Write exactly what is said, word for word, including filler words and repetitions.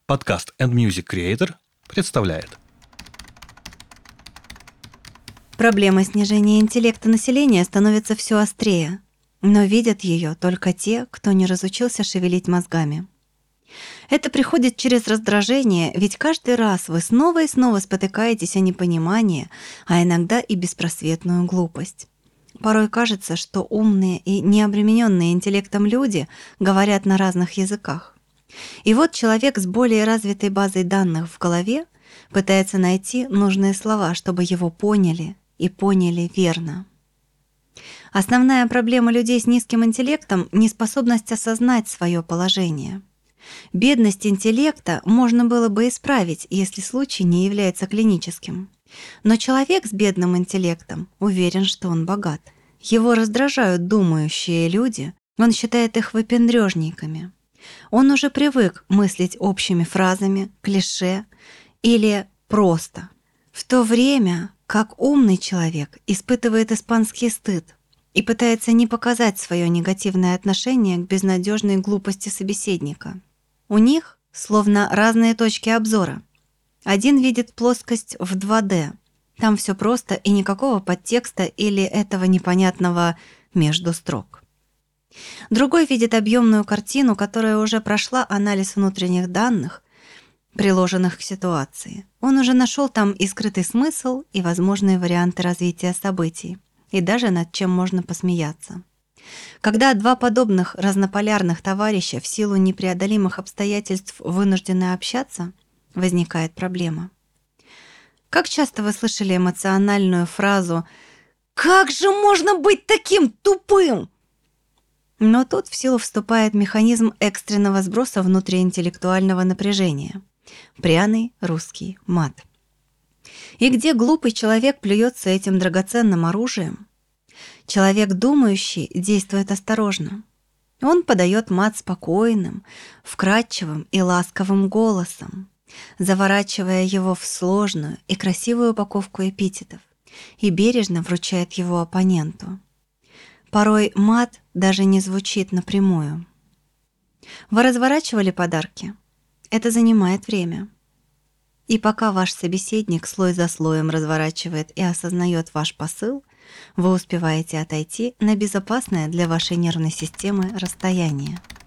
Подкаст and Music Creator представляет. Проблема снижения интеллекта населения становится все острее, но видят ее только те, кто не разучился шевелить мозгами. Это приходит через раздражение, ведь каждый раз вы снова и снова спотыкаетесь о непонимании, а иногда и беспросветную глупость. Порой кажется, что умные и необремененные интеллектом люди говорят на разных языках. И вот человек с более развитой базой данных в голове пытается найти нужные слова, чтобы его поняли и поняли верно. Основная проблема людей с низким интеллектом – неспособность осознать свое положение. Бедность интеллекта можно было бы исправить, если случай не является клиническим. Но человек с бедным интеллектом уверен, что он богат. Его раздражают думающие люди, он считает их выпендрежниками. Он уже привык мыслить общими фразами, клише или просто. В то время как умный человек испытывает испанский стыд и пытается не показать свое негативное отношение к безнадежной глупости собеседника. У них словно разные точки обзора. Один видит плоскость в два дэ. Там все просто и никакого подтекста или этого непонятного между строк. Другой видит объемную картину, которая уже прошла анализ внутренних данных, приложенных к ситуации. Он уже нашел там и скрытый смысл, и возможные варианты развития событий, и даже над чем можно посмеяться. Когда два подобных разнополярных товарища в силу непреодолимых обстоятельств вынуждены общаться, возникает проблема. Как часто вы слышали эмоциональную фразу «Как же можно быть таким тупым?» Но тут в силу вступает механизм экстренного сброса внутриинтеллектуального напряжения. Пряный русский мат. И где глупый человек плюется этим драгоценным оружием, человек думающий действует осторожно. Он подает мат спокойным, вкрадчивым и ласковым голосом, заворачивая его в сложную и красивую упаковку эпитетов, и бережно вручает его оппоненту. Порой мат даже не звучит напрямую. Вы разворачивали подарки? Это занимает время. И пока ваш собеседник слой за слоем разворачивает и осознает ваш посыл, вы успеваете отойти на безопасное для вашей нервной системы расстояние.